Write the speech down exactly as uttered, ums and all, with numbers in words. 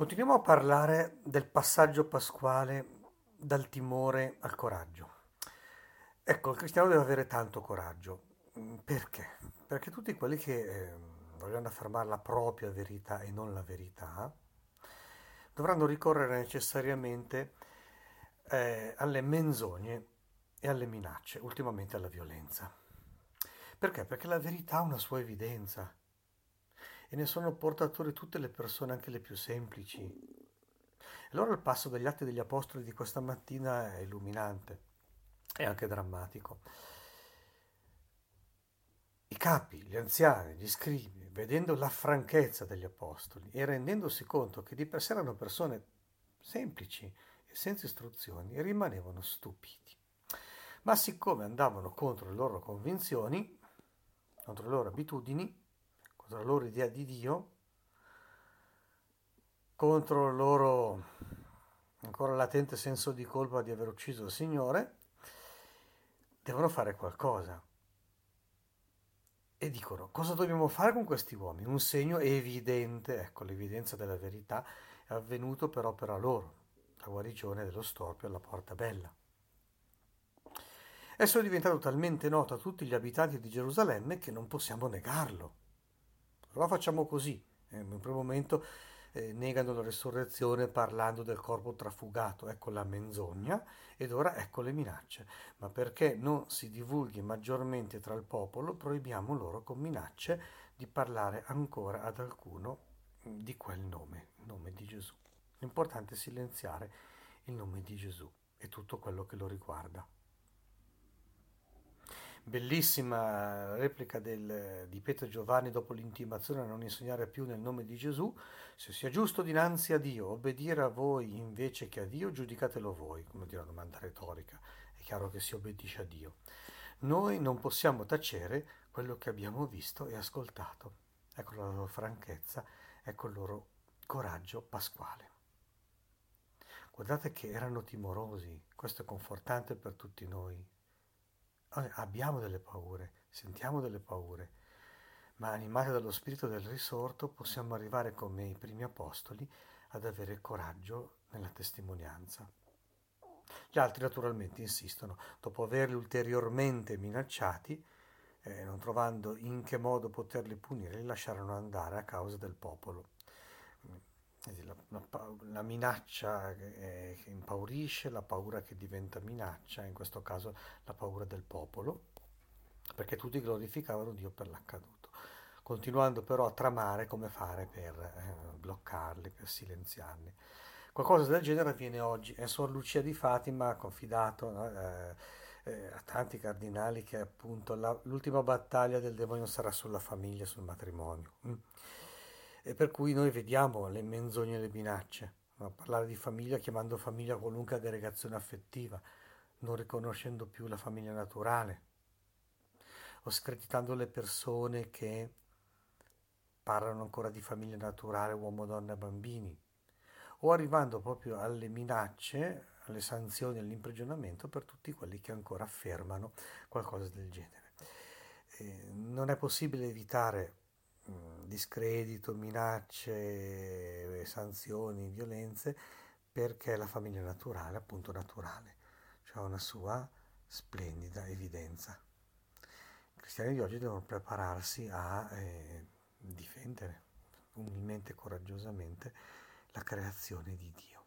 Continuiamo a parlare del passaggio pasquale dal timore al coraggio. Ecco, il cristiano deve avere tanto coraggio. Mm, Perché? Perché tutti quelli che eh, vogliono affermare la propria verità e non la verità dovranno ricorrere necessariamente eh, alle menzogne e alle minacce, ultimamente alla violenza. Perché? Perché la verità ha una sua evidenza e ne sono portatori tutte le persone, anche le più semplici. Allora il passo degli Atti degli Apostoli di questa mattina è illuminante e anche drammatico. I capi, gli anziani, gli scribi, vedendo la franchezza degli apostoli e rendendosi conto che di per sé erano persone semplici e senza istruzioni, rimanevano stupiti. Ma siccome andavano contro le loro convinzioni, contro le loro abitudini, contro la loro idea di Dio, contro il loro ancora latente senso di colpa di aver ucciso il Signore, devono fare qualcosa. E dicono, cosa dobbiamo fare con questi uomini? Un segno evidente, ecco, l'evidenza della verità è avvenuto per opera loro, la guarigione dello storpio alla Porta Bella. Esso è diventato talmente noto a tutti gli abitanti di Gerusalemme che non possiamo negarlo. Allora facciamo così. Eh, In un primo momento eh, negano la resurrezione parlando del corpo trafugato, ecco la menzogna, ed ora ecco le minacce. Ma perché non si divulghi maggiormente tra il popolo, proibiamo loro con minacce di parlare ancora ad alcuno mm, di quel nome, il nome di Gesù. L'importante è silenziare il nome di Gesù e tutto quello che lo riguarda. Bellissima replica del- di Pietro e Giovanni dopo l'intimazione a non insegnare più nel nome di Gesù. Se sia giusto dinanzi a Dio obbedire a voi invece che a Dio, giudicatelo voi, come dire una domanda retorica. È chiaro che si obbedisce a Dio. Noi non possiamo tacere quello che abbiamo visto e ascoltato. Ecco la loro franchezza, ecco il loro coraggio pasquale. Guardate che erano timorosi, questo è confortante per tutti noi. Noi abbiamo delle paure, sentiamo delle paure, ma animati dallo spirito del risorto possiamo arrivare come i primi apostoli ad avere coraggio nella testimonianza. Gli altri naturalmente insistono, dopo averli ulteriormente minacciati, eh, non trovando in che modo poterli punire, li lasciarono andare a causa del popolo. La, la, la minaccia che, che impaurisce, la paura che diventa minaccia, in questo caso la paura del popolo, perché tutti glorificavano Dio per l'accaduto, continuando però a tramare come fare per eh, bloccarli, per silenziarli. Qualcosa del genere avviene oggi. È Suor Lucia di Fatima ha confidato, no, eh, eh, a tanti cardinali che appunto la- l'ultima battaglia del demonio sarà sulla famiglia, sul matrimonio. Mm. E per cui noi vediamo le menzogne e le minacce, no? Parlare di famiglia chiamando famiglia qualunque aggregazione affettiva, non riconoscendo più la famiglia naturale, o screditando le persone che parlano ancora di famiglia naturale, uomo, donna e bambini, o arrivando proprio alle minacce, alle sanzioni, all'imprigionamento per tutti quelli che ancora affermano qualcosa del genere. Eh, non è possibile evitare mh, discredito, minacce, sanzioni, violenze, perché la famiglia naturale, appunto naturale, cioè ha una sua splendida evidenza. I cristiani di oggi devono prepararsi a eh, difendere umilmente e coraggiosamente la creazione di Dio.